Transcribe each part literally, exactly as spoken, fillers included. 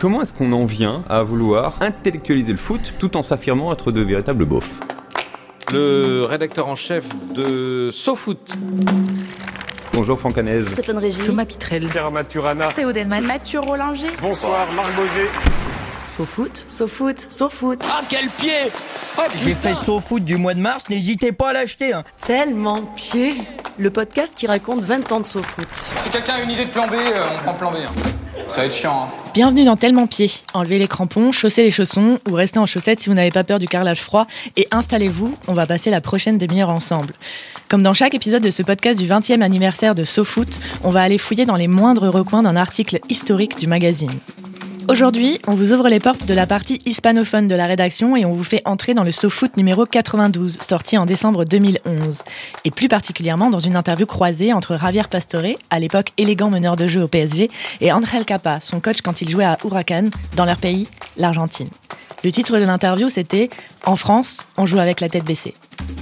Comment est-ce qu'on en vient à vouloir intellectualiser le foot tout en s'affirmant être de véritables beaufs ? Le rédacteur en chef de SoFoot. Bonjour Franck Hanez. Stéphane Régy. Thomas Pitrel. Pierre Maturana. Théo Delman. Mathieu Rollinger. Bonsoir Marc Boger. SoFoot, SoFoot, SoFoot. Ah quel pied! Oh, J'ai fait SoFoot du mois de mars, n'hésitez pas à l'acheter. Hein. Tellement pied. Le podcast qui raconte vingt ans de SoFoot. Si quelqu'un a une idée de plan B, euh, on prend plan B. Hein. Ça va être chiant. Hein. Bienvenue dans Tellement Pied. Enlevez les crampons, chaussez les chaussons ou restez en chaussettes si vous n'avez pas peur du carrelage froid et installez-vous, on va passer la prochaine demi-heure ensemble. Comme dans chaque épisode de ce podcast du vingtième anniversaire de SoFoot, on va aller fouiller dans les moindres recoins d'un article historique du magazine. Aujourd'hui, on vous ouvre les portes de la partie hispanophone de la rédaction et on vous fait entrer dans le SoFoot numéro quatre-vingt-douze, sorti en décembre deux mille onze. Et plus particulièrement dans une interview croisée entre Javier Pastore, à l'époque élégant meneur de jeu au P S G, et Ángel Capa, son coach quand il jouait à Huracan, dans leur pays, l'Argentine. Le titre de l'interview, c'était « En France, on joue avec la tête baissée ».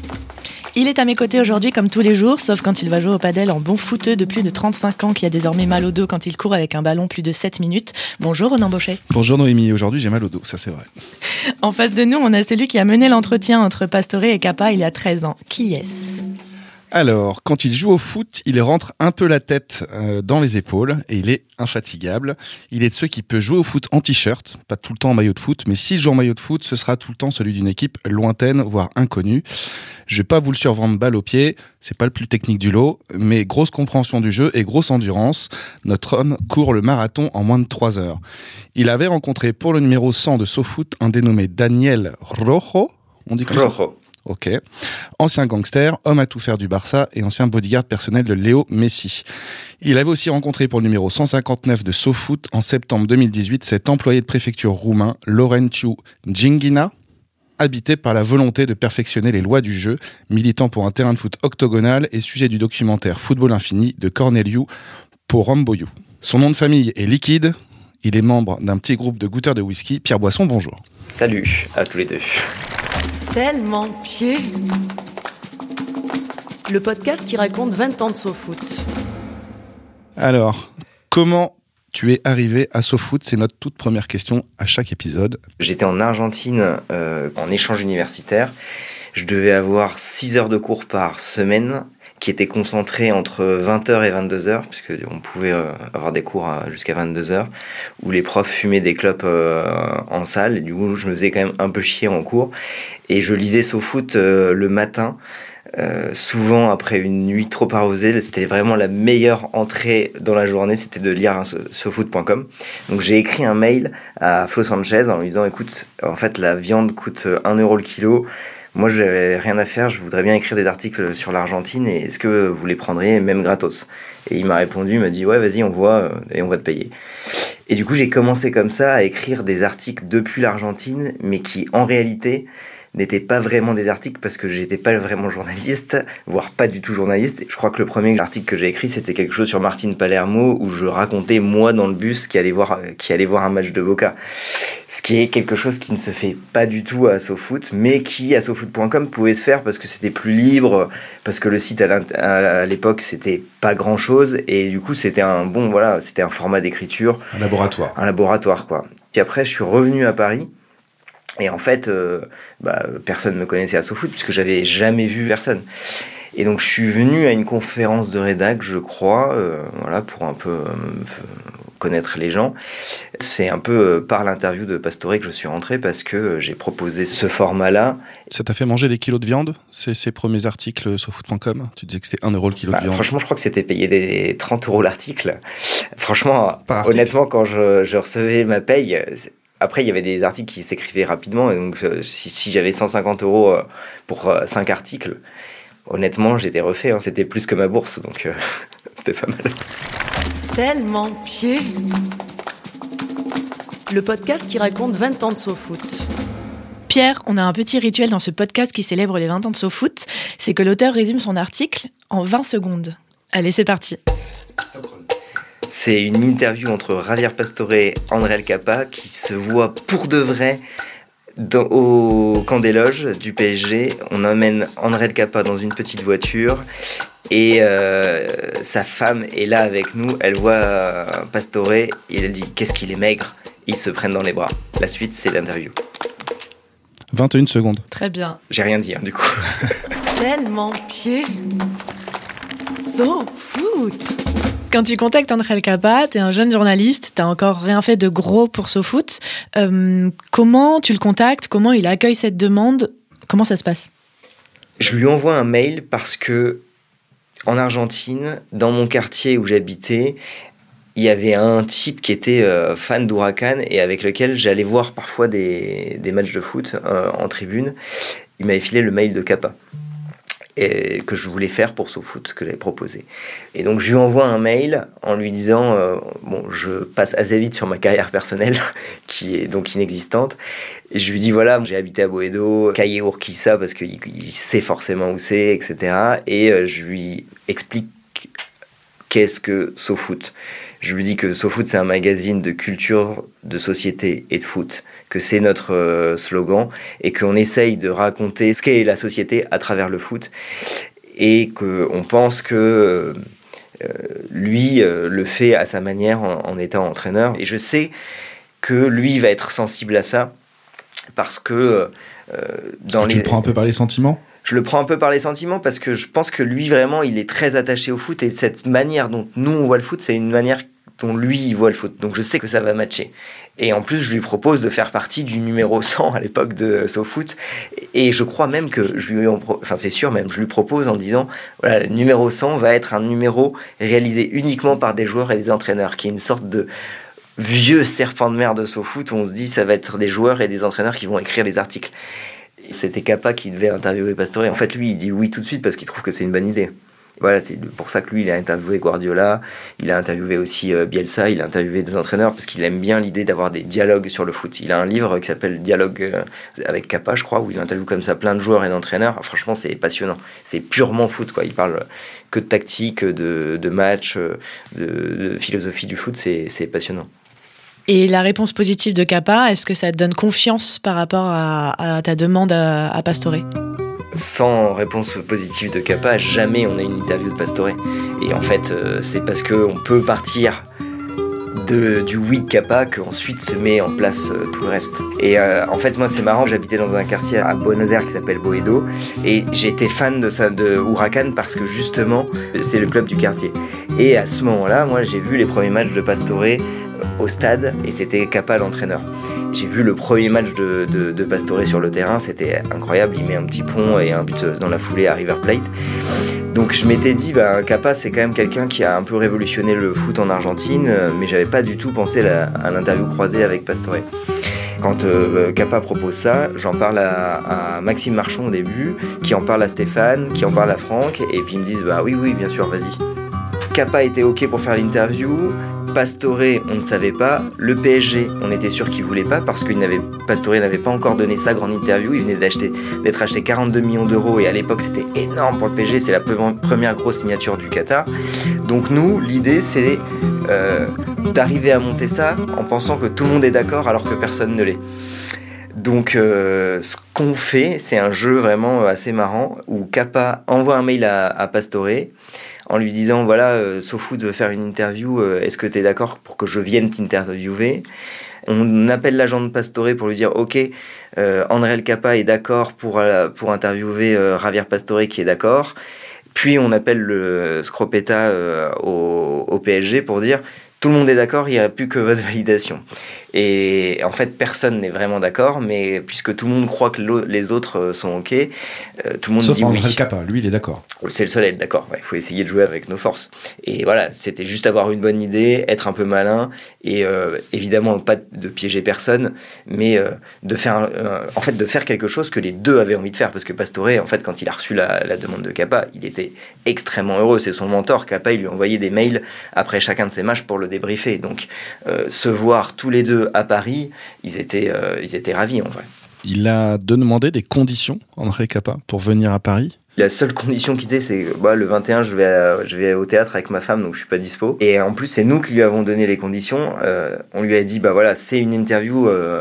Il est à mes côtés aujourd'hui comme tous les jours, sauf quand il va jouer au padel en bon footeux de plus de trente-cinq ans qui a désormais mal au dos quand il court avec un ballon plus de sept minutes. Bonjour Ronan Bauchet. Bonjour Noémie, aujourd'hui j'ai mal au dos, ça c'est vrai. En face de nous, on a celui qui a mené l'entretien entre Pastore et Capa il y a treize ans. Qui est-ce ? Alors, quand il joue au foot, il rentre un peu la tête euh, dans les épaules et il est infatigable. Il est de ceux qui peuvent jouer au foot en t-shirt, pas tout le temps en maillot de foot, mais s'il joue en maillot de foot, ce sera tout le temps celui d'une équipe lointaine, voire inconnue. Je vais pas vous le survendre balle au pied, c'est pas le plus technique du lot, mais grosse compréhension du jeu et grosse endurance. Notre homme court le marathon en moins de trois heures. Il avait rencontré pour le numéro cent de SoFoot un dénommé Daniel Rojo. On dit comme Rojo. Ok. Ancien gangster, homme à tout faire du Barça et ancien bodyguard personnel de Léo Messi. Il avait aussi rencontré pour le numéro cent cinquante-neuf de SoFoot en septembre deux mille dix-huit cet employé de préfecture roumain, Laurențiu Ginghina, habité par la volonté de perfectionner les lois du jeu, militant pour un terrain de foot octogonal et sujet du documentaire Football Infini de Corneliu Porumboiu. Son nom de famille est liquide. Il est membre d'un petit groupe de goûteurs de whisky. Pierre Boisson, bonjour. Salut à tous les deux. Tellement pied. Le podcast qui raconte vingt ans de SoFoot. Alors, comment tu es arrivé à SoFoot ? C'est notre toute première question à chaque épisode. J'étais en Argentine euh, en échange universitaire. Je devais avoir six heures de cours par semaine qui étaient concentrés entre vingt heures et vingt-deux heures, puisque on pouvait euh, avoir des cours à, jusqu'à vingt-deux heures, où les profs fumaient des clopes euh, en salle, et du coup je me faisais quand même un peu chier en cours, et je lisais SoFoot euh, le matin, euh, souvent après une nuit trop arrosée. C'était vraiment la meilleure entrée dans la journée, c'était de lire un SoFoot point com. Donc j'ai écrit un mail à Flo Sanchez en lui disant, écoute, en fait la viande coûte un euro le kilo, moi, je n'avais rien à faire, je voudrais bien écrire des articles sur l'Argentine, et est-ce que vous les prendriez même gratos ? Et il m'a répondu, il m'a dit, ouais, vas-y, on voit, et on va te payer. Et du coup, j'ai commencé comme ça à écrire des articles depuis l'Argentine, mais qui, en réalité, n'étaient pas vraiment des articles parce que j'étais pas vraiment journaliste, voire pas du tout journaliste. Je crois que le premier article que j'ai écrit, c'était quelque chose sur Martin Palermo, où je racontais moi dans le bus qui allait voir, qui allait voir un match de Boca. Ce qui est quelque chose qui ne se fait pas du tout à SoFoot, mais qui à SoFoot point com pouvait se faire parce que c'était plus libre, parce que le site à, à l'époque c'était pas grand chose, et du coup c'était un bon, voilà, c'était un format d'écriture. Un laboratoire. Un laboratoire, quoi. Puis après, je suis revenu à Paris. Et en fait, euh, bah, personne ne me connaissait à SoFoot puisque j'avais jamais vu personne. Et donc je suis venu à une conférence de rédac, je crois, euh, voilà, pour un peu euh, connaître les gens. C'est un peu euh, par l'interview de Pastore que je suis rentré parce que euh, j'ai proposé ce format-là. Ça t'a fait manger des kilos de viande, ces, ces premiers articles SoFoot point com ? Tu disais que c'était un euro le kilo bah, de viande. Franchement, je crois que c'était payé des trente euros l'article. Franchement, par article. Honnêtement, quand je, je recevais ma paye... Après, il y avait des articles qui s'écrivaient rapidement, et donc euh, si, si j'avais cent cinquante euros euh, pour euh, cinq articles, honnêtement, j'étais refait, hein, c'était plus que ma bourse, donc euh, c'était pas mal. Tellement pied. Le podcast qui raconte vingt ans de SoFoot. Pierre, on a un petit rituel dans ce podcast qui célèbre les vingt ans de SoFoot, c'est que l'auteur résume son article en vingt secondes. Allez, c'est parti. C'est une interview entre Javier Pastore et Ángel Capa qui se voit pour de vrai dans, au camp des loges du P S G. On emmène Ángel Capa dans une petite voiture et euh, sa femme est là avec nous. Elle voit euh, Pastore et elle dit « Qu'est-ce qu'il est maigre !» ils se prennent dans les bras. La suite, c'est l'interview. vingt et une secondes. Très bien. J'ai rien dit, hein, du coup. Tellement pied. So foot. Quand tu contactes André El Capa, t'es un jeune journaliste, t'as encore rien fait de gros pour SoFoot. Euh, comment tu le contactes? Comment il accueille cette demande? Comment ça se passe? Je lui envoie un mail parce que, en Argentine, dans mon quartier où j'habitais, il y avait un type qui était euh, fan d'Huracan et avec lequel j'allais voir parfois des, des matchs de foot euh, en tribune. Il m'avait filé le mail de Capa. Et que je voulais faire pour SoFoot, que j'avais proposé. Et donc, je lui envoie un mail en lui disant euh, bon, je passe assez vite sur ma carrière personnelle, qui est donc inexistante. Et je lui dis voilà, j'ai habité à Boedo, Calle Urquiza, parce qu'il il sait forcément où c'est, et cetera. Et euh, je lui explique qu'est-ce que SoFoot. Je lui dis que SoFoot, c'est un magazine de culture, de société et de foot, que c'est notre euh, slogan, et qu'on essaye de raconter ce qu'est la société à travers le foot, et qu'on pense que euh, lui euh, le fait à sa manière en, en étant entraîneur. Et je sais que lui va être sensible à ça, parce que... Euh, dans tu les... le prends un peu par les sentiments ? Je le prends un peu par les sentiments parce que je pense que lui, vraiment, il est très attaché au foot et cette manière dont nous, on voit le foot, c'est une manière dont lui, il voit le foot. Donc, je sais que ça va matcher. Et en plus, je lui propose de faire partie du numéro cent à l'époque de SoFoot. Et je crois même que je lui en pro... enfin, c'est sûr même, je lui propose en disant, voilà, le numéro cent va être un numéro réalisé uniquement par des joueurs et des entraîneurs, qui est une sorte de vieux serpent de mer de SoFoot où on se dit, ça va être des joueurs et des entraîneurs qui vont écrire les articles. C'était Capa qui devait interviewer Pastore. En fait, lui, il dit oui tout de suite parce qu'il trouve que c'est une bonne idée. Voilà, c'est pour ça que lui, il a interviewé Guardiola, il a interviewé aussi euh, Bielsa, il a interviewé des entraîneurs parce qu'il aime bien l'idée d'avoir des dialogues sur le foot. Il a un livre qui s'appelle Dialogue euh, avec Capa, je crois, où il interviewe comme ça plein de joueurs et d'entraîneurs. Alors, franchement, c'est passionnant. C'est purement foot, quoi. Il parle que de tactique, de, de match, de, de philosophie du foot. C'est, c'est passionnant. Et la réponse positive de Capa, est-ce que ça te donne confiance par rapport à, à ta demande à, à Pastore? Sans réponse positive de Capa, jamais on a une interview de Pastore. Et en fait, euh, c'est parce qu'on peut partir de, du oui de Capa qu'ensuite se met en place euh, tout le reste. Et euh, en fait, moi, c'est marrant, j'habitais dans un quartier à Buenos Aires qui s'appelle Boedo, et j'étais fan de, ça, de Huracan parce que justement, c'est le club du quartier. Et à ce moment-là, moi, j'ai vu les premiers matchs de Pastore au stade et c'était Capa l'entraîneur. J'ai vu le premier match de, de, de Pastore sur le terrain, c'était incroyable, il met un petit pont et un but dans la foulée à River Plate. Donc je m'étais dit, bah, Capa c'est quand même quelqu'un qui a un peu révolutionné le foot en Argentine, mais j'avais pas du tout pensé la, à l'interview croisée avec Pastore. Quand euh, Capa propose ça, j'en parle à, à Maxime Marchand au début, qui en parle à Stéphane, qui en parle à Franck, et puis ils me disent, bah oui, oui, bien sûr, vas-y. Capa était ok pour faire l'interview, Pastore, on ne savait pas. Le P S G, on était sûr qu'il voulait pas parce que n'avait, Pastore n'avait pas encore donné sa grande interview. Il venait d'acheter, d'être acheté quarante-deux millions d'euros et à l'époque c'était énorme pour le P S G. C'est la première grosse signature du Qatar. Donc nous, l'idée c'est euh, d'arriver à monter ça en pensant que tout le monde est d'accord alors que personne ne l'est. Donc euh, ce qu'on fait, c'est un jeu vraiment assez marrant où Capa envoie un mail à, à Pastore en lui disant voilà, euh, SoFoot veut faire une interview, euh, est-ce que tu es d'accord pour que je vienne t'interviewer? On appelle l'agent de Pastore pour lui dire ok, euh, André El Capa est d'accord pour, euh, pour interviewer euh, Javier Pastore qui est d'accord. Puis on appelle le Scropetta euh, au, au P S G pour dire tout le monde est d'accord, il n'y a plus que votre validation. Et en fait, personne n'est vraiment d'accord, mais puisque tout le monde croit que les autres sont OK, euh, tout le monde Sauf dit oui. Sauf André El Capa, lui, il est d'accord. C'est le seul à être d'accord. Il ouais, faut essayer de jouer avec nos forces. Et voilà, c'était juste avoir une bonne idée, être un peu malin, et euh, évidemment pas de piéger personne, mais euh, de faire, euh, en fait, de faire quelque chose que les deux avaient envie de faire. Parce que Pastore, en fait, quand il a reçu la, la demande de Capa, il était extrêmement heureux. C'est son mentor. Capa, il lui envoyait des mails après chacun de ses matchs pour le débriefer. Donc, euh, se voir tous les deux à Paris, ils étaient, euh, ils étaient ravis en vrai. Il a demandé des conditions, André El Capa, pour venir à Paris. La seule condition qu'il disait, c'est bah, le vingt et un, je vais, à, je vais au théâtre avec ma femme, donc je suis pas dispo. Et en plus, c'est nous qui lui avons donné les conditions. Euh, on lui a dit, bah voilà, c'est une interview, euh,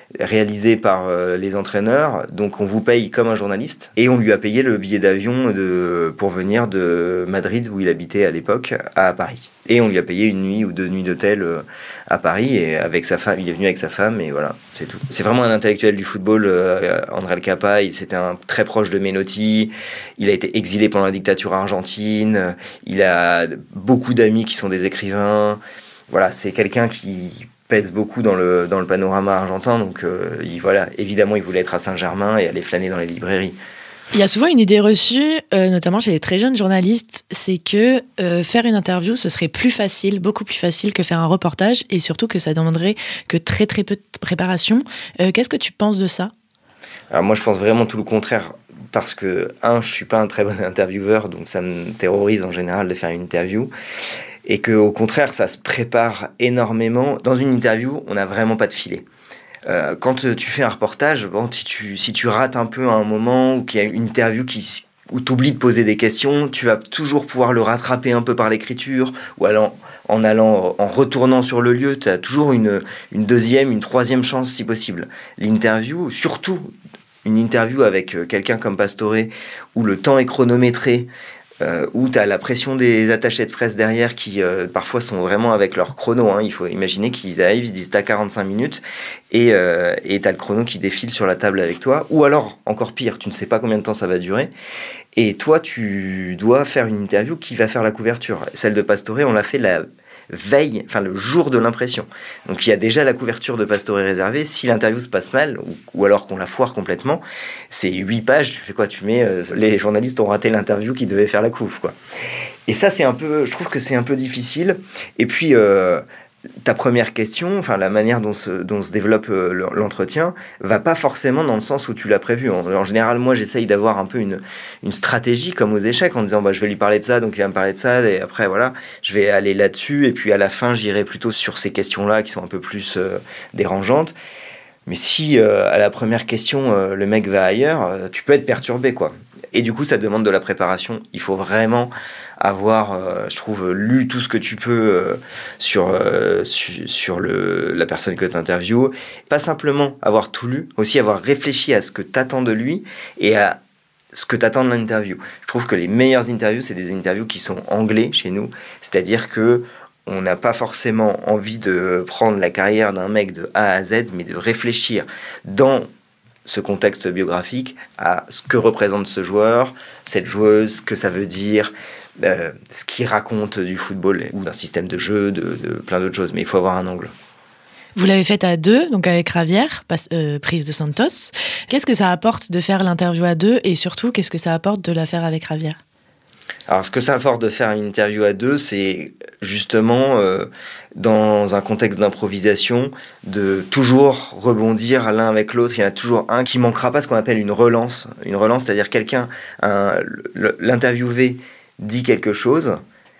réalisé par euh, les entraîneurs, donc on vous paye comme un journaliste, et on lui a payé le billet d'avion de, pour venir de Madrid, où il habitait à l'époque, à Paris. Et on lui a payé une nuit ou deux nuits d'hôtel euh, à Paris, et avec sa femme, il est venu avec sa femme, et voilà, c'est tout. C'est vraiment un intellectuel du football, euh, André El Capa, il, c'était un très proche de Menotti, il a été exilé pendant la dictature argentine, il a beaucoup d'amis qui sont des écrivains, voilà, c'est quelqu'un qui pèse beaucoup dans le, dans le panorama argentin, donc euh, il, voilà, évidemment il voulait être à Saint-Germain et aller flâner dans les librairies. Il y a souvent une idée reçue, euh, notamment chez les très jeunes journalistes, c'est que euh, faire une interview, ce serait plus facile, beaucoup plus facile que faire un reportage, et surtout que ça demanderait que très très peu de préparation. Euh, qu'est-ce que tu penses de ça ? Alors moi je pense vraiment tout le contraire, parce que, un, je suis pas un très bon intervieweur, donc ça me terrorise en général de faire une interview, et qu'au contraire, ça se prépare énormément. Dans une interview, on n'a vraiment pas de filet. Euh, quand tu fais un reportage, bon, si, tu, si tu rates un peu à un moment, ou qu'il y a une interview qui, où tu oublies de poser des questions, tu vas toujours pouvoir le rattraper un peu par l'écriture, ou allant, en allant, en retournant sur le lieu, tu as toujours une, une deuxième, une troisième chance si possible. L'interview, surtout une interview avec quelqu'un comme Pastore, où le temps est chronométré, Euh, où tu as la pression des attachés de presse derrière qui euh, parfois sont vraiment avec leur chrono, hein. Il faut imaginer qu'ils arrivent, ils disent t'as quarante-cinq minutes et euh, et t'as le chrono qui défile sur la table avec toi, ou alors encore pire, tu ne sais pas combien de temps ça va durer et toi tu dois faire une interview qui va faire la couverture. Celle de Pastore, on l'a fait la veille, enfin le jour de l'impression. Donc il y a déjà la couverture de Pastore réservée. Si l'interview se passe mal, ou, ou alors qu'on la foire complètement, c'est huit pages, tu fais quoi ? Tu mets, euh, les journalistes ont raté l'interview qui devait faire la couve, quoi. Et ça, c'est un peu, je trouve que c'est un peu difficile. Et puis, euh, ta première question, enfin la manière dont se, dont se développe euh, l'entretien, va pas forcément dans le sens où tu l'as prévu. En, en général, moi, j'essaye d'avoir un peu une, une stratégie comme aux échecs, en disant bah, je vais lui parler de ça, donc il va me parler de ça, et après, voilà, je vais aller là-dessus, et puis à la fin, j'irai plutôt sur ces questions-là qui sont un peu plus euh, dérangeantes. Mais si, euh, à la première question, euh, le mec va ailleurs, euh, tu peux être perturbé, quoi. Et du coup, ça demande de la préparation. Il faut vraiment avoir, euh, je trouve, lu tout ce que tu peux euh, sur, euh, su, sur le, la personne que tu interviews. Pas simplement avoir tout lu, aussi avoir réfléchi à ce que tu attends de lui et à ce que tu attends de l'interview. Je trouve que les meilleures interviews, c'est des interviews qui sont anglais chez nous. C'est-à-dire que on n'a pas forcément envie de prendre la carrière d'un mec de A à Z, mais de réfléchir dans ce contexte biographique à ce que représente ce joueur, cette joueuse, ce que ça veut dire, euh, ce qu'il raconte du football ou d'un système de jeu, de, de plein d'autres choses. Mais il faut avoir un angle. Vous l'avez fait à deux, donc avec Javier, euh, Prive de Santos. Qu'est-ce que ça apporte de faire l'interview à deux et surtout, qu'est-ce que ça apporte de la faire avec Javier ? Alors, ce que ça apporte de faire une interview à deux, c'est justement, euh, dans un contexte d'improvisation, de toujours rebondir l'un avec l'autre. Il y en a toujours un qui manquera pas, ce qu'on appelle une relance. Une relance, c'est-à-dire quelqu'un, un, l'interviewé dit quelque chose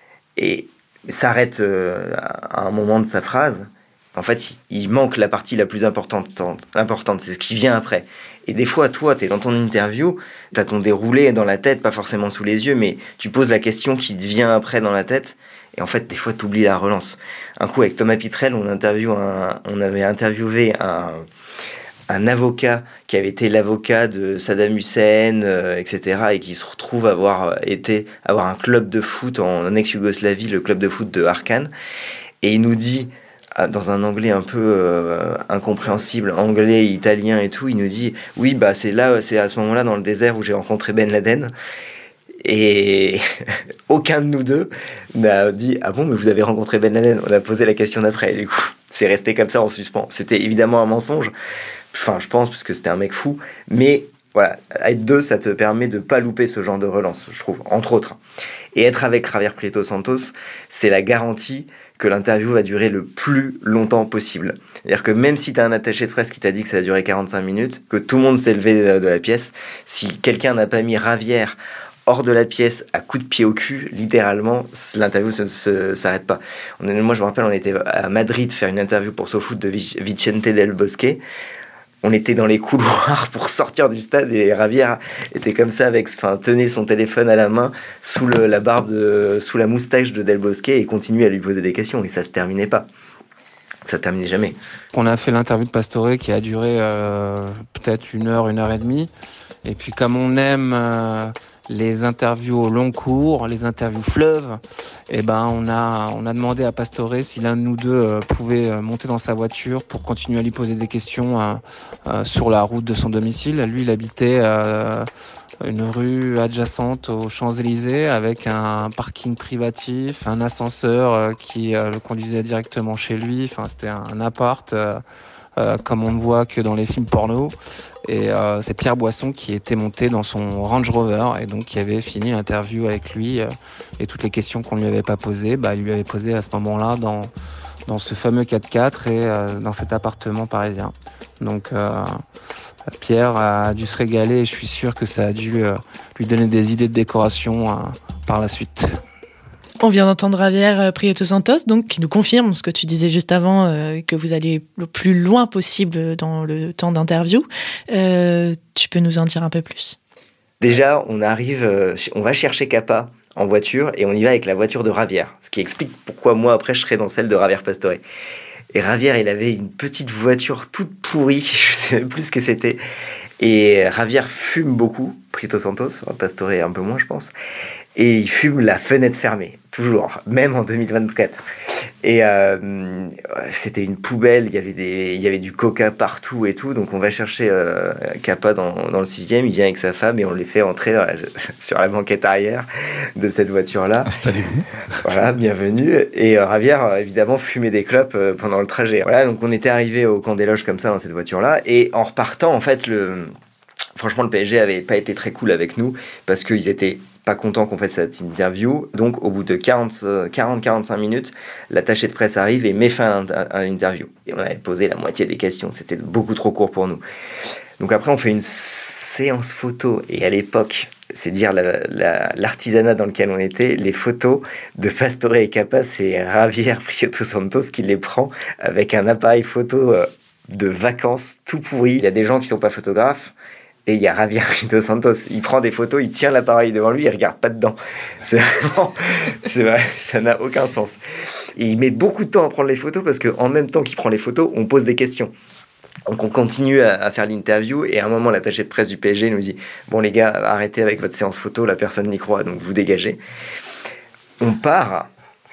et s'arrête euh, à un moment de sa phrase. En fait, il manque la partie la plus importante, importante, c'est ce qui vient après. Et des fois, toi, t'es dans ton interview, t'as ton déroulé dans la tête, pas forcément sous les yeux, mais tu poses la question qui te vient après dans la tête, et en fait, des fois, t'oublies la relance. Un coup, avec Thomas Pitrel, on, interview un, on avait interviewé un, un avocat qui avait été l'avocat de Saddam Hussein, euh, et cetera, et qui se retrouve avoir été, avoir un club de foot en ex-Yougoslavie, le club de foot de Arkan, et il nous dit, dans un anglais un peu euh, incompréhensible, anglais, italien et tout, il nous dit oui, bah c'est là, c'est à ce moment-là dans le désert où j'ai rencontré Ben Laden. Et aucun de nous deux n'a dit ah bon, mais vous avez rencontré Ben Laden. On a posé la question d'après. Du coup, c'est resté comme ça en suspens. C'était évidemment un mensonge. Enfin, je pense parce que c'était un mec fou, mais voilà, être deux, ça te permet de pas louper ce genre de relance, je trouve, entre autres. Et être avec Javier Prieto Santos, c'est la garantie que l'interview va durer le plus longtemps possible. C'est-à-dire que même si tu as un attaché de presse qui t'a dit que ça a duré quarante-cinq minutes, que tout le monde s'est levé de la pièce, si quelqu'un n'a pas mis Javier hors de la pièce à coups de pied au cul, littéralement, l'interview ne s'arrête pas. On est, moi, je me rappelle, on était à Madrid faire une interview pour SoFoot de Vicente Del Bosque. On était dans les couloirs pour sortir du stade et Javier était comme ça, avec, enfin, tenait son téléphone à la main sous le, la barbe, de, sous la moustache de Del Bosque et continuait à lui poser des questions et ça se terminait pas. ça se terminait jamais. On a fait l'interview de Pastore qui a duré euh, peut-être une heure, une heure et demie. Et puis comme on aime euh, les interviews au long cours, les interviews fleuves, eh ben on a on a demandé à Pastore si l'un de nous deux euh, pouvait euh, monter dans sa voiture pour continuer à lui poser des questions euh, euh, sur la route de son domicile. Lui, il habitait euh, une rue adjacente aux Champs-Élysées avec un parking privatif, un ascenseur euh, qui euh, le conduisait directement chez lui. Enfin, c'était un, un appart euh, euh, comme on ne voit que dans les films porno. Et euh, c'est Pierre Boisson qui était monté dans son Range Rover et donc qui avait fini l'interview avec lui. Euh, et toutes les questions qu'on lui avait pas posées, bah, il lui avait posé à ce moment-là dans, dans ce fameux quatre-quatre et euh, dans cet appartement parisien. Donc euh, Pierre a dû se régaler et je suis sûr que ça a dû euh, lui donner des idées de décoration euh, par la suite. On vient d'entendre Javier Prieto Santos, donc, qui nous confirme ce que tu disais juste avant, euh, que vous allez le plus loin possible dans le temps d'interview. Euh, tu peux nous en dire un peu plus? Déjà, on arrive, euh, on va chercher Capa en voiture et on y va avec la voiture de Javier, ce qui explique pourquoi moi après je serai dans celle de Javier Pastore. Et Javier, il avait une petite voiture toute pourrie, je sais même plus ce que c'était. Et Javier fume beaucoup, Prieto Santos, Pastore un peu moins je pense. Et il fume la fenêtre fermée, toujours, même en deux mille vingt-quatre. Et euh, c'était une poubelle, il y avait des, il y avait du coca partout et tout. Donc on va chercher euh, Capa dans, dans le sixième, il vient avec sa femme et on les fait entrer dans la, sur la banquette arrière de cette voiture-là. Installez-vous. Voilà, bienvenue. Et euh, Javier, évidemment, fumait des clopes euh, pendant le trajet. Voilà, donc on était arrivé au camp des loges comme ça dans cette voiture-là. Et en repartant, en fait, le... franchement, le P S G avait pas été très cool avec nous parce qu'ils étaient pas content qu'on fasse cette interview. Donc, au bout de quarante à quarante-cinq minutes, l'attaché de presse arrive et met fin à l'interview. Et on avait posé la moitié des questions. C'était beaucoup trop court pour nous. Donc après, on fait une séance photo. Et à l'époque, c'est dire la, la, l'artisanat dans lequel on était, les photos de Pastore et Capa, c'est Javier Prieto Santos qui les prend avec un appareil photo de vacances tout pourri. Il y a des gens qui sont pas photographes. Et il y a Javier Prieto Santos, il prend des photos, il tient l'appareil devant lui, il regarde pas dedans. C'est vraiment, c'est vrai, ça n'a aucun sens. Et il met beaucoup de temps à prendre les photos parce qu'en même temps qu'il prend les photos, on pose des questions. Donc on continue à, à faire l'interview et à un moment l'attaché de presse du P S G nous dit « Bon les gars, arrêtez avec votre séance photo, la personne n'y croit, donc vous dégagez. » On part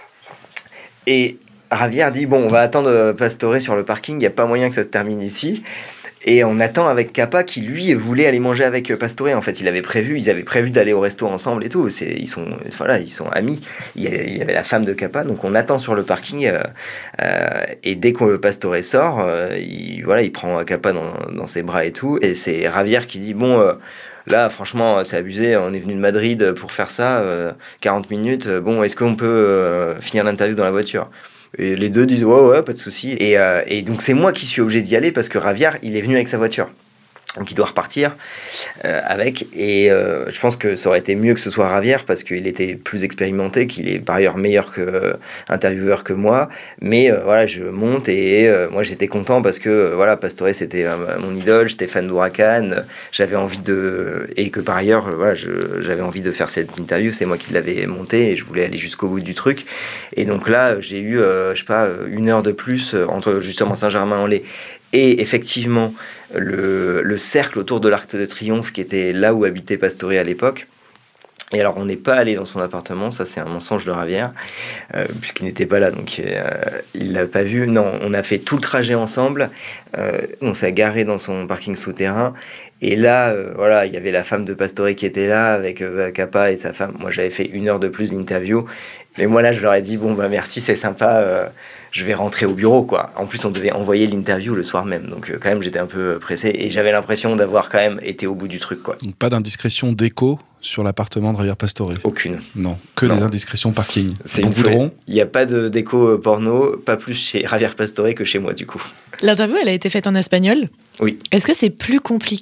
et Javier dit « Bon, on va attendre Pastore sur le parking, il n'y a pas moyen que ça se termine ici. » Et on attend avec Capa qui, lui, voulait aller manger avec Pastore. En fait, il avait prévu, ils avaient prévu d'aller au resto ensemble et tout. C'est, ils, sont, voilà, ils sont amis. Il y avait la femme de Capa. Donc, on attend sur le parking. Euh, euh, et dès que Pastore sort, euh, il, voilà, il prend Capa dans, dans ses bras et tout. Et c'est Javier qui dit, bon... Euh, Là, franchement, c'est abusé. On est venu de Madrid pour faire ça. Euh, quarante minutes. Bon, est-ce qu'on peut euh, finir l'interview dans la voiture ? Et les deux disent ouais, ouais, pas de souci. Et, euh, et donc, c'est moi qui suis obligé d'y aller parce que Javier, il est venu avec sa voiture. Donc, il doit repartir euh, avec. Et euh, je pense que ça aurait été mieux que ce soit Javier parce qu'il était plus expérimenté, qu'il est par ailleurs meilleur que, euh, intervieweur que moi. Mais euh, voilà, je monte et euh, moi, j'étais content parce que euh, voilà, Pastore, c'était euh, mon idole. J'étais fan d'Huracan. J'avais envie de. Et que par ailleurs, euh, voilà, je, j'avais envie de faire cette interview. C'est moi qui l'avais montée et je voulais aller jusqu'au bout du truc. Et donc là, j'ai eu, euh, je sais pas, une heure de plus entre justement Saint-Germain-en-Laye et effectivement le, le cercle autour de l'Arc de Triomphe qui était là où habitait Pastore à l'époque. Et alors on n'est pas allé dans son appartement, ça c'est un mensonge de Javier, euh, puisqu'il n'était pas là, donc euh, il l'a pas vu. Non, on a fait tout le trajet ensemble, euh, on s'est garé dans son parking souterrain, et là, euh, voilà, il y avait la femme de Pastore qui était là, avec euh, Capa et sa femme. Moi j'avais fait une heure de plus d'interview, mais moi là je leur ai dit, bon bah merci, c'est sympa, euh, je vais rentrer au bureau, quoi. En plus, on devait envoyer l'interview le soir même. Donc, euh, quand même, j'étais un peu pressé. Et j'avais l'impression d'avoir quand même été au bout du truc, quoi. Donc, pas d'indiscrétion d'écho sur l'appartement de Javier Pastore ? Aucune. Non, que non. des indiscrétions parking. C'est bon une goudron. Il n'y a pas de déco porno, pas plus chez Javier Pastore que chez moi, du coup. L'interview, elle a été faite en espagnol ? Oui. Est-ce que c'est plus compliqué ?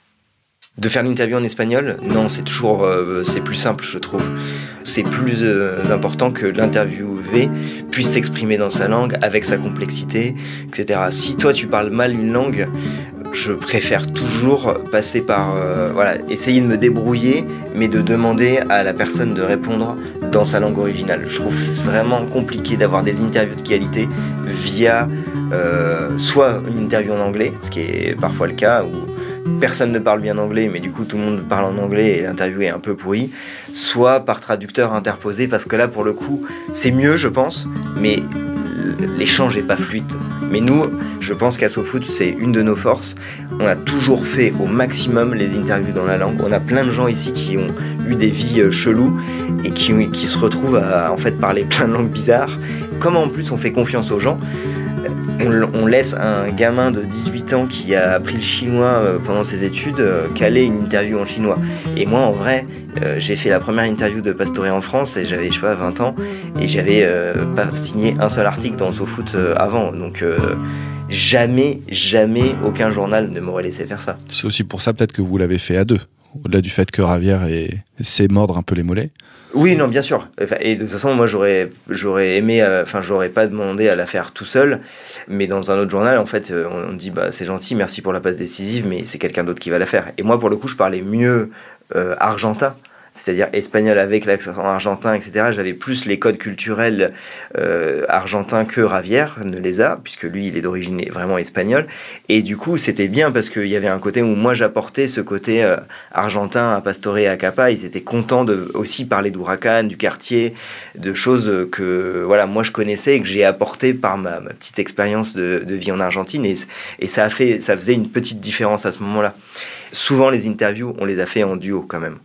De faire l'interview en espagnol, non, c'est toujours, euh, c'est plus simple, je trouve. C'est plus euh, important que l'interviewé puisse s'exprimer dans sa langue avec sa complexité, et cetera. Si toi tu parles mal une langue, je préfère toujours passer par, euh, voilà, essayer de me débrouiller, mais de demander à la personne de répondre dans sa langue originale. Je trouve que c'est vraiment compliqué d'avoir des interviews de qualité via euh, soit une interview en anglais, ce qui est parfois le cas, où personne ne parle bien anglais, mais du coup tout le monde parle en anglais et l'interview est un peu pourrie, soit par traducteur interposé, parce que là pour le coup c'est mieux je pense, mais l'échange n'est pas fluide. Mais nous, je pense qu'à SoFoot, c'est une de nos forces. On a toujours fait au maximum les interviews dans la langue. On a plein de gens ici qui ont eu des vies euh, cheloues et qui, qui se retrouvent à en fait parler plein de langues bizarres. Comme en plus on fait confiance aux gens, on, on laisse un gamin de dix-huit ans qui a appris le chinois euh, pendant ses études euh, caler une interview en chinois. Et moi, en vrai, euh, j'ai fait la première interview de Pastore en France et j'avais, je sais pas, vingt ans et j'avais euh, pas signé un seul article dans SoFoot euh, avant. Donc euh, jamais, jamais aucun journal ne m'aurait laissé faire ça. C'est aussi pour ça peut-être que vous l'avez fait à deux, au-delà du fait que Ravière sait mordre un peu les mollets. Oui, non, bien sûr. Et de toute façon, moi, j'aurais, j'aurais aimé, enfin, euh, j'aurais pas demandé à la faire tout seul. Mais dans un autre journal, en fait, on, on dit, bah, c'est gentil, merci pour la passe décisive, mais c'est quelqu'un d'autre qui va la faire. Et moi, pour le coup, je parlais mieux euh, argentin, c'est-à-dire espagnol avec l'accent argentin, et cetera. J'avais plus les codes culturels euh, argentins que Ravière ne les a, puisque lui, il est d'origine vraiment espagnole. Et du coup, c'était bien parce qu'il y avait un côté où moi, j'apportais ce côté euh, argentin à Pastore et à Capa. Ils étaient contents de aussi parler d'Huracan, du quartier, de choses que voilà, moi, je connaissais et que j'ai apporté par ma, ma petite expérience de, de vie en Argentine. Et, et ça, a fait, ça faisait une petite différence à ce moment-là. Souvent, les interviews, on les a fait en duo quand même.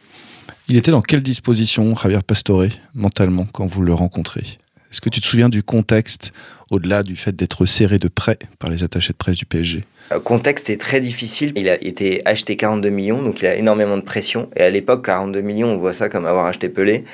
Il était dans quelle disposition, Javier Pastore, mentalement, quand vous le rencontrez ? Est-ce que tu te souviens du contexte, au-delà du fait d'être serré de près par les attachés de presse du P S G ? Le contexte est très difficile. Il a été acheté quarante-deux millions, donc il a énormément de pression. Et à l'époque, quarante-deux millions, on voit ça comme avoir acheté Pelé.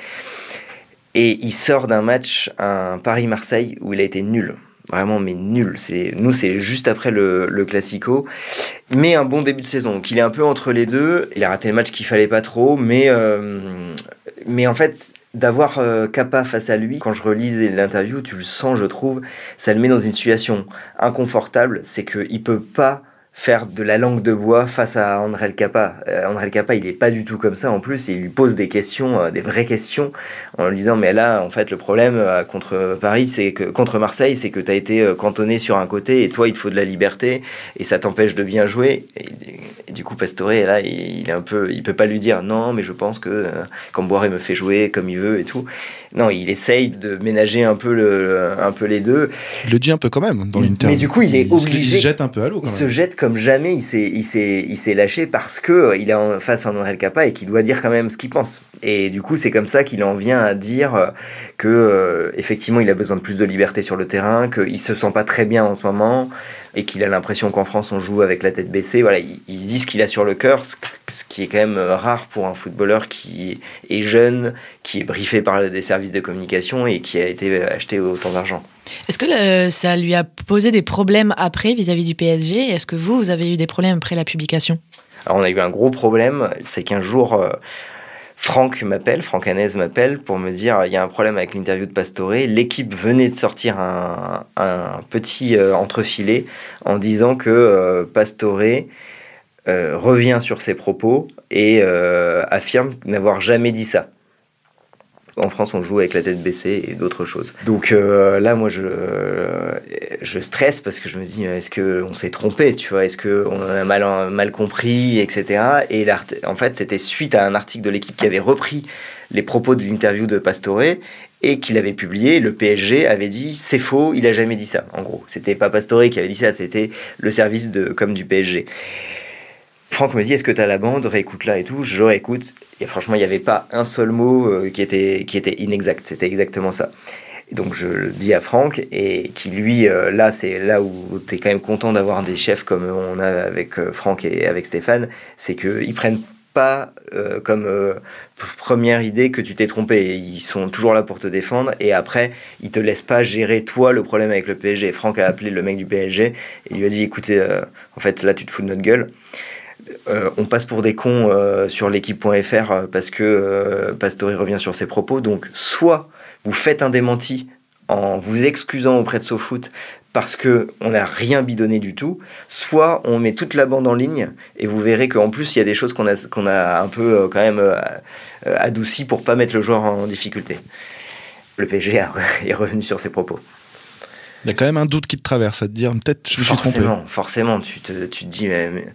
Et il sort d'un match, un Paris-Marseille, où il a été nul. Vraiment, mais nul. C'est, nous, c'est juste après le, le Classico. Mais un bon début de saison. Donc, il est un peu entre les deux. Il a raté le match qu'il fallait pas trop. Mais, euh, mais en fait, d'avoir euh, Capa face à lui, quand je relis l'interview, tu le sens, je trouve, ça le met dans une situation inconfortable. C'est qu'il peut pas faire de la langue de bois face à André Capa. Euh, André Capa, il est pas du tout comme ça en plus, il lui pose des questions, euh, des vraies questions, en lui disant mais là, en fait, le problème euh, contre Paris, c'est que contre Marseille, c'est que tu as été euh, cantonné sur un côté et toi, il te faut de la liberté et ça t'empêche de bien jouer. Et, et du coup, Pastore, là, il, il est un peu, il peut pas lui dire non, mais je pense que euh, Camboire me fait jouer comme il veut et tout. Non, il essaye de ménager un peu le, un peu les deux. Il le dit un peu quand même dans l'interview. Mais du coup, il est obligé. Il se jette un peu à l'eau. Quand il même. se jette comme jamais. Il s'est, il s'est, il s'est lâché parce que il est en face à André Capa et qu'il doit dire quand même ce qu'il pense. Et du coup, c'est comme ça qu'il en vient à dire que euh, effectivement, il a besoin de plus de liberté sur le terrain, qu'il se sent pas très bien en ce moment et qu'il a l'impression qu'en France, on joue avec la tête baissée. Voilà, il, il dit ce qu'il a sur le cœur, ce, ce qui est quand même rare pour un footballeur qui est jeune, qui est briefé par des services de communication et qui a été acheté autant d'argent. Est-ce que le, ça lui a posé des problèmes après vis-à-vis du P S G ? Est-ce que vous, vous avez eu des problèmes après la publication ? Alors on a eu un gros problème, c'est qu'un jour, euh, Franck m'appelle, Franck Hanez m'appelle pour me dire il y a un problème avec l'interview de Pastore. L'équipe venait de sortir un, un petit euh, entrefilet en disant que euh, Pastore euh, revient sur ses propos et euh, affirme n'avoir jamais dit ça. En France, on joue avec la tête baissée et d'autres choses. Donc euh, là, moi, je, euh, je stresse parce que je me dis, est-ce qu'on s'est trompé, tu vois ? Est-ce qu'on a mal, mal compris, et cetera. Et en fait, c'était suite à un article de l'équipe qui avait repris les propos de l'interview de Pastore et qu'il avait publié. Le P S G avait dit, c'est faux, il a jamais dit ça. En gros, c'était pas Pastore qui avait dit ça, c'était le service de com du P S G. Franck me dit, est-ce que tu as la bande ? Réécoute-la et tout. Je réécoute. Et franchement, il n'y avait pas un seul mot euh, qui, était, qui était inexact. C'était exactement ça. Et donc, je le dis à Franck, et qui, lui, euh, là, c'est là où tu es quand même content d'avoir des chefs comme on a avec euh, Franck et avec Stéphane, c'est qu'ils prennent pas euh, comme euh, première idée que tu t'es trompé. Ils sont toujours là pour te défendre, et après, ils te laissent pas gérer, toi, le problème avec le P S G. Franck a appelé le mec du P S G, et lui a dit, écoutez, euh, en fait, là, tu te fous de notre gueule. Euh, on passe pour des cons euh, sur l'équipe point F R euh, parce que euh, Pastore revient sur ses propos. Donc, soit vous faites un démenti en vous excusant auprès de SoFoot parce qu'on n'a rien bidonné du tout, soit on met toute la bande en ligne, et vous verrez qu'en plus, il y a des choses qu'on a, qu'on a un peu euh, quand même euh, adoucies pour ne pas mettre le joueur en difficulté. Le P S G est revenu sur ses propos. Il y a quand même un doute qui te traverse, à te dire peut-être je me suis trompé. Forcément, forcément, tu te, tu te dis, mais, mais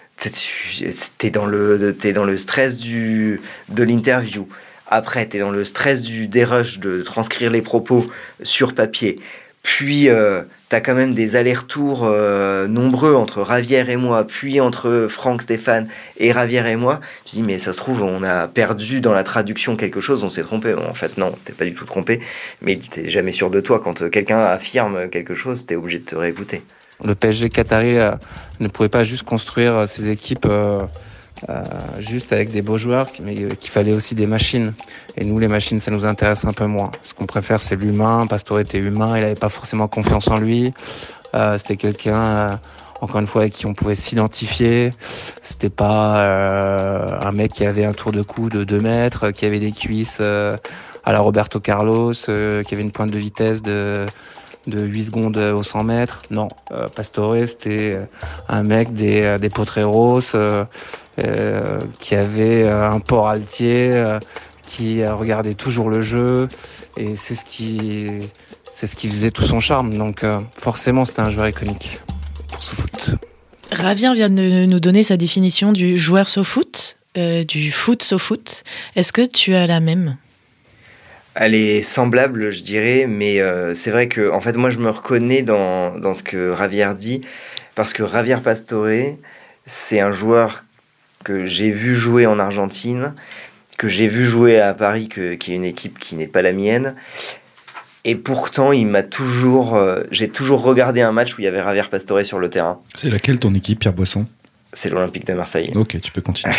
t'es dans le, t'es dans le stress du, de l'interview. Après, t'es dans le stress du dérush de transcrire les propos sur papier. Puis, euh, t'as quand même des allers-retours euh, nombreux entre Ravière et moi, puis entre Franck, Stéphane et Ravière et moi. Tu dis, mais ça se trouve, on a perdu dans la traduction quelque chose, on s'est trompé. Bon, en fait, non, c'était pas du tout trompé, mais t'es jamais sûr de toi. Quand quelqu'un affirme quelque chose, t'es obligé de te réécouter. Le P S G qatari euh, ne pouvait pas juste construire ses équipes euh, euh, juste avec des beaux joueurs, mais euh, qu'il fallait aussi des machines. Et nous, les machines, ça nous intéresse un peu moins. Ce qu'on préfère, c'est l'humain. Pastore était humain, il n'avait pas forcément confiance en lui. Euh, c'était quelqu'un, euh, encore une fois, avec qui on pouvait s'identifier. C'était pas euh, un mec qui avait un tour de cou de deux mètres, qui avait des cuisses euh, à la Roberto Carlos, euh, qui avait une pointe de vitesse de... de huit secondes au cent mètres. Non, euh, Pastore, c'était un mec des, des Potreros euh, euh, qui avait un port altier, euh, qui regardait toujours le jeu, et c'est ce qui, c'est ce qui faisait tout son charme. Donc euh, forcément, c'était un joueur iconique pour SoFoot. Ravière vient de nous donner sa définition du joueur SoFoot, euh, du foot SoFoot. Est-ce que tu as la même ? Elle est semblable, je dirais, mais euh, c'est vrai que en fait, moi, je me reconnais dans, dans ce que Ravière dit, parce que Javier Pastore, c'est un joueur que j'ai vu jouer en Argentine, que j'ai vu jouer à Paris, que, qui est une équipe qui n'est pas la mienne, et pourtant, il m'a toujours, euh, j'ai toujours regardé un match où il y avait Javier Pastore sur le terrain. C'est laquelle ton équipe, Pierre Boisson ? C'est l'Olympique de Marseille. Ok, tu peux continuer.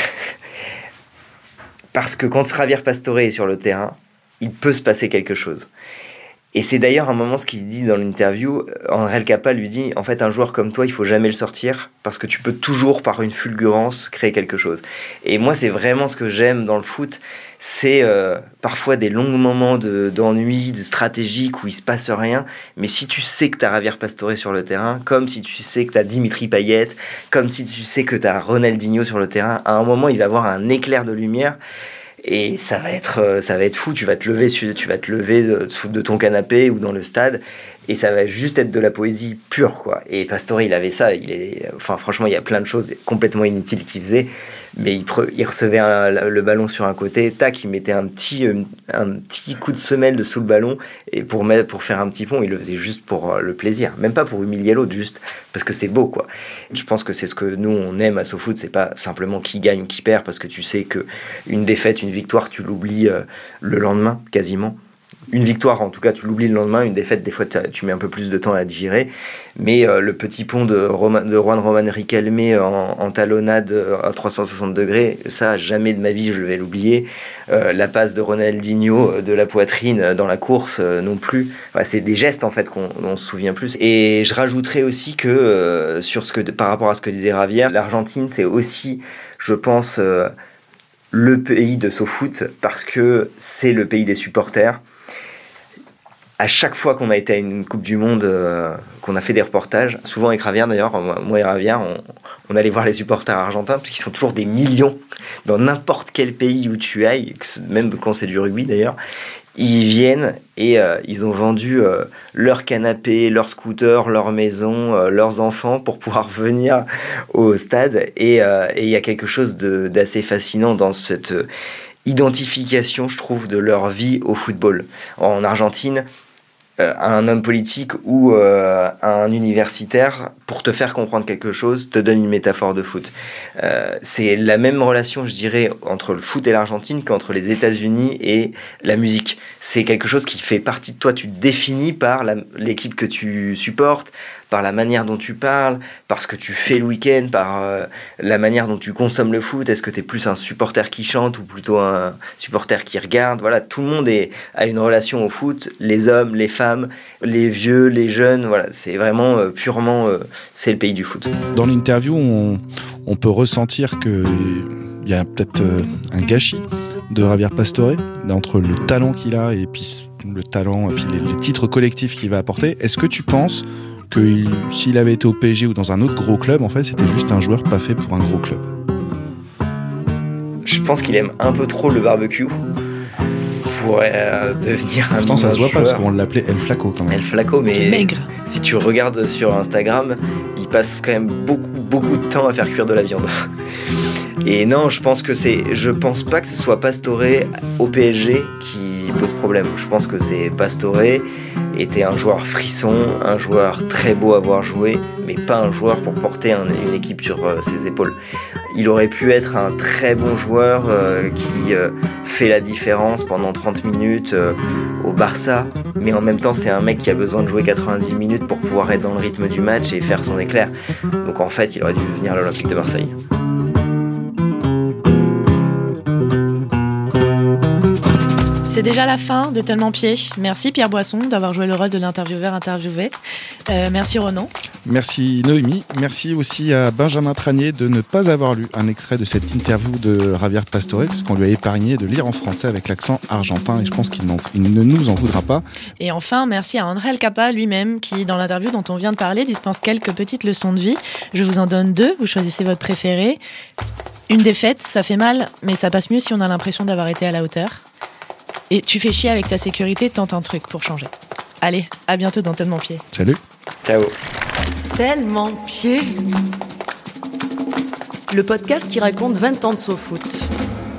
Parce que quand Javier Pastore est sur le terrain, il peut se passer quelque chose. Et c'est d'ailleurs un moment ce qu'il dit dans l'interview. Henri Capa lui dit, en fait, un joueur comme toi, il faut jamais le sortir parce que tu peux toujours, par une fulgurance, créer quelque chose. Et moi, c'est vraiment ce que j'aime dans le foot. C'est euh, parfois des longs moments de, d'ennui, de stratégique où il se passe rien. Mais si tu sais que tu as Javier Pastore sur le terrain, comme si tu sais que tu as Dimitri Payet, comme si tu sais que tu as Ronaldinho sur le terrain, à un moment, il va y avoir un éclair de lumière. Et ça va être, ça va être fou. Tu vas te lever, tu vas te lever de, de ton canapé ou dans le stade, et ça va juste être de la poésie pure, quoi. Et Pastore, il avait ça. Il est, enfin, franchement, il y a plein de choses complètement inutiles qu'il faisait, mais il, pre, il recevait un, le ballon sur un côté, tac, il mettait un petit, un petit coup de semelle de sous le ballon, et pour mettre, pour faire un petit pont, il le faisait juste pour le plaisir, même pas pour humilier l'autre, juste parce que c'est beau, quoi. Je pense que c'est ce que nous on aime à SoFoot, c'est pas simplement qui gagne ou qui perd, parce que tu sais que une défaite, une victoire, tu l'oublies euh, le lendemain, quasiment. Une victoire, en tout cas, tu l'oublies le lendemain. Une défaite, des fois, tu mets un peu plus de temps à digérer. Mais euh, le petit pont de, Roma, de Juan Román Riquelme en, en talonnade à trois cent soixante degrés, ça, jamais de ma vie, je vais l'oublier. Euh, la passe de Ronaldinho de la poitrine dans la course, euh, non plus. Enfin, c'est des gestes, en fait, qu'on on se souvient plus. Et je rajouterais aussi que, euh, sur ce que, par rapport à ce que disait Ravière, l'Argentine, c'est aussi, je pense, euh, le pays de SoFoot, parce que c'est le pays des supporters. À chaque fois qu'on a été à une Coupe du Monde, euh, qu'on a fait des reportages, souvent avec Ravière d'ailleurs, moi et Ravière, on, on allait voir les supporters argentins, parce qu'ils sont toujours des millions dans n'importe quel pays où tu ailles, même quand c'est du rugby d'ailleurs. Ils viennent et euh, ils ont vendu euh, leur canapé, leur scooter, leur maison, euh, leurs enfants pour pouvoir venir au stade. Et il euh, y a quelque chose de, d'assez fascinant dans cette identification, je trouve, de leur vie au football. En Argentine, euh, un homme politique ou euh, un universitaire, pour te faire comprendre quelque chose, te donne une métaphore de foot. Euh, c'est la même relation, je dirais, entre le foot et l'Argentine qu'entre les États-Unis et la musique. C'est quelque chose qui fait partie de toi. Tu te définis par la, l'équipe que tu supportes, par la manière dont tu parles, par ce que tu fais le week-end, par euh, la manière dont tu consommes le foot. Est-ce que tu es plus un supporter qui chante ou plutôt un supporter qui regarde ? Voilà, tout le monde est, a une relation au foot, les hommes, les femmes, les vieux, les jeunes. Voilà, c'est vraiment euh, purement, euh, c'est le pays du foot. Dans l'interview, on, on peut ressentir qu'il y a peut-être euh, un gâchis de Javier Pastore, entre le talent qu'il a et puis le talent, et puis les, les titres collectifs qu'il va apporter. Est-ce que tu penses que il, s'il avait été au P S G ou dans un autre gros club, en fait, c'était juste un joueur pas fait pour un gros club. Je pense qu'il aime un peu trop le barbecue pour euh, devenir un Pourtant, ça se voit joueur. pas parce qu'on l'appelait El Flaco quand même. El Flaco, mais Maigre. si tu regardes sur Instagram, il passe quand même beaucoup, beaucoup de temps à faire cuire de la viande. Et non, je pense que c'est, je pense pas que ce soit Pastore au P S G qui pose problème. Je pense que c'est Pastore était un joueur frisson, un joueur très beau à voir jouer, mais pas un joueur pour porter un, une équipe sur euh, ses épaules. Il aurait pu être un très bon joueur euh, qui euh, fait la différence pendant trente minutes euh, au Barça, mais en même temps c'est un mec qui a besoin de jouer quatre-vingt-dix minutes pour pouvoir être dans le rythme du match et faire son éclair. Donc en fait il aurait dû venir à l'Olympique de Marseille. C'est déjà la fin de Tellement Pied. Merci Pierre Boisson d'avoir joué le rôle de l'intervieweur interviewé. Euh, merci Ronan. Merci Noémie. Merci aussi à Benjamin Tranier de ne pas avoir lu un extrait de cette interview de Javier Pastore, parce qu'on lui a épargné de lire en français avec l'accent argentin, et je pense qu'il, il ne nous en voudra pas. Et enfin, merci à André El Capa lui-même qui, dans l'interview dont on vient de parler, dispense quelques petites leçons de vie. Je vous en donne deux, vous choisissez votre préféré. Une défaite, ça fait mal, mais ça passe mieux si on a l'impression d'avoir été à la hauteur. Et tu fais chier avec ta sécurité, tente un truc pour changer. Allez, à bientôt dans Tellement Pied. Salut. Ciao. Tellement Pied. Le podcast qui raconte vingt ans de SoFoot.